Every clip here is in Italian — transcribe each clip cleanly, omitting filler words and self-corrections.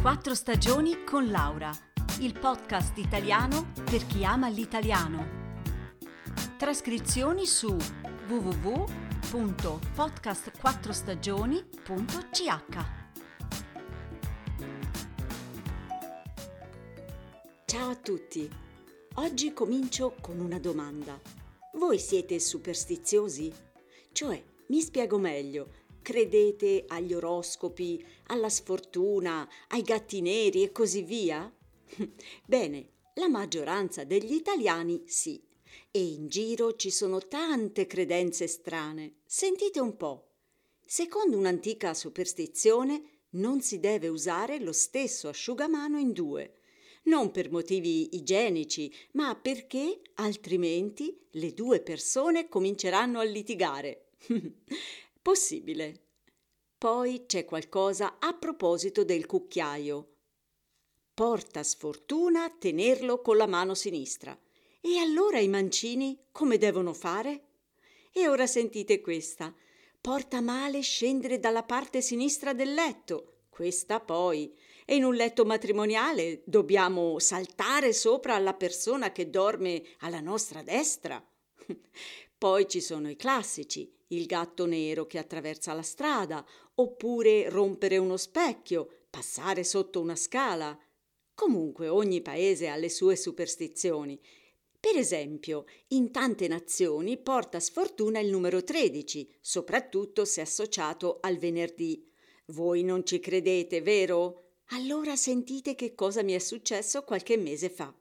Quattro stagioni con Laura, il podcast italiano per chi ama l'italiano. Trascrizioni su www.podcastquattrostagioni.ch. Ciao a tutti! Oggi comincio con una domanda. Voi siete superstiziosi? Cioè, mi spiego meglio. Credete agli oroscopi, alla sfortuna, ai gatti neri e così via? Bene, la maggioranza degli italiani sì. E in giro ci sono tante credenze strane. Sentite un po'. Secondo un'antica superstizione, non si deve usare lo stesso asciugamano in due. Non per motivi igienici, ma perché altrimenti le due persone cominceranno a litigare. Possibile. Poi c'è qualcosa a proposito del cucchiaio. Porta sfortuna tenerlo con la mano sinistra. E allora i mancini come devono fare? E ora sentite questa. Porta male scendere dalla parte sinistra del letto. Questa poi. E in un letto matrimoniale dobbiamo saltare sopra alla persona che dorme alla nostra destra. Poi ci sono i classici, il gatto nero che attraversa la strada, oppure rompere uno specchio, passare sotto una scala. Comunque ogni paese ha le sue superstizioni. Per esempio, in tante nazioni porta sfortuna il numero 13, soprattutto se associato al venerdì. Voi non ci credete, vero? Allora sentite che cosa mi è successo qualche mese fa.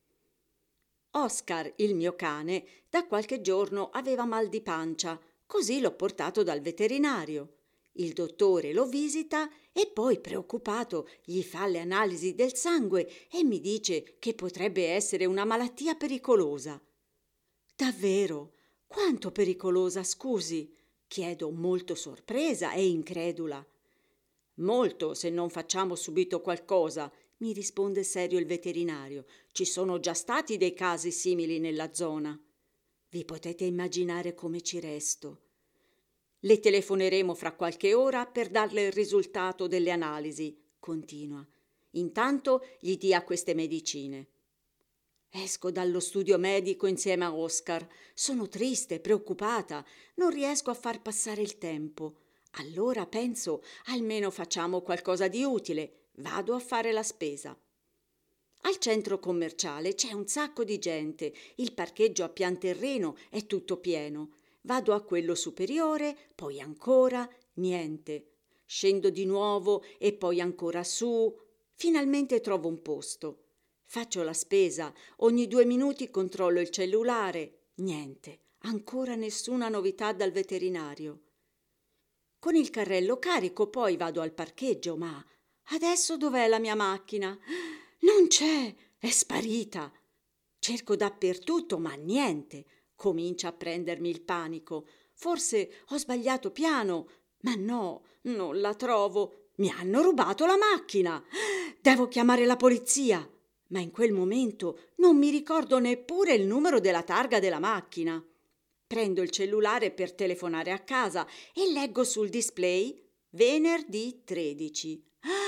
Oscar, il mio cane, da qualche giorno aveva mal di pancia, così l'ho portato dal veterinario. Il dottore lo visita e poi, preoccupato, gli fa le analisi del sangue e mi dice che potrebbe essere una malattia pericolosa. Davvero? Quanto pericolosa, scusi? Chiedo molto sorpresa e incredula. Molto, se non facciamo subito qualcosa, mi risponde serio il veterinario. Ci sono già stati dei casi simili nella zona. Vi potete immaginare come ci resto. Le telefoneremo fra qualche ora per darle il risultato delle analisi, continua. Intanto gli dia queste medicine. Esco dallo studio medico insieme a Oscar. Sono triste, preoccupata. Non riesco a far passare il tempo. Allora penso, almeno facciamo qualcosa di utile. Vado a fare la spesa. Al centro commerciale c'è un sacco di gente. Il parcheggio a pian terreno è tutto pieno. Vado a quello superiore, poi ancora, niente. Scendo di nuovo e poi ancora su. Finalmente trovo un posto. Faccio la spesa. Ogni 2 minuti controllo il cellulare. Niente. Ancora nessuna novità dal veterinario. Con il carrello carico poi vado al parcheggio, ma adesso dov'è la mia macchina? Non c'è, è sparita. Cerco dappertutto, ma niente. Comincia a prendermi il panico. Forse ho sbagliato piano, ma no, non la trovo. Mi hanno rubato la macchina. Devo chiamare la polizia. Ma in quel momento non mi ricordo neppure il numero della targa della macchina. Prendo il cellulare per telefonare a casa e leggo sul display venerdì 13.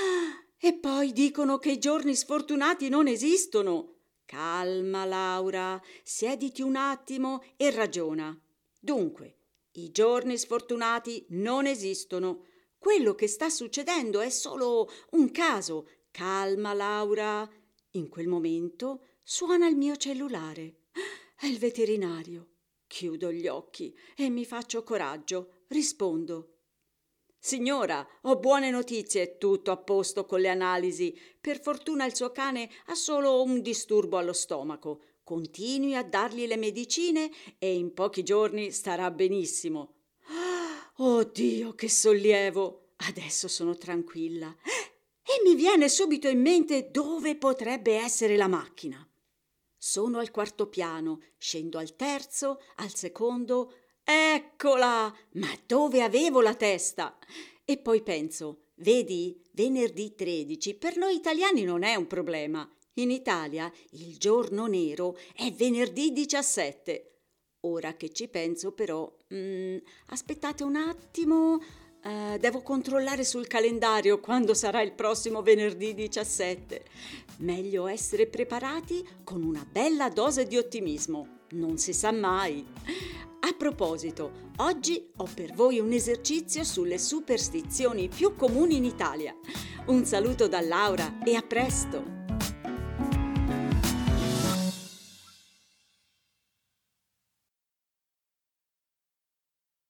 E poi dicono che i giorni sfortunati non esistono. Calma, Laura, siediti un attimo e ragiona. Dunque, i giorni sfortunati non esistono. Quello che sta succedendo è solo un caso. Calma, Laura. In quel momento suona il mio cellulare. È il veterinario. Chiudo gli occhi e mi faccio coraggio. Rispondo. Signora, ho buone notizie, tutto a posto con le analisi. Per fortuna il suo cane ha solo un disturbo allo stomaco. Continui a dargli le medicine e in pochi giorni starà benissimo. Oh Dio, che sollievo! Adesso sono tranquilla. E mi viene subito in mente dove potrebbe essere la macchina. Sono al 4º piano, scendo al 3º, al 2º. Eccola! Ma dove avevo la testa? E poi penso, vedi, venerdì 13 per noi italiani non è un problema. In Italia il giorno nero è venerdì 17. Ora che ci penso però, aspettate un attimo, Devo controllare sul calendario quando sarà il prossimo venerdì 17. Meglio essere preparati con una bella dose di ottimismo. Non si sa mai. A proposito, oggi ho per voi un esercizio sulle superstizioni più comuni in Italia. Un saluto da Laura e a presto!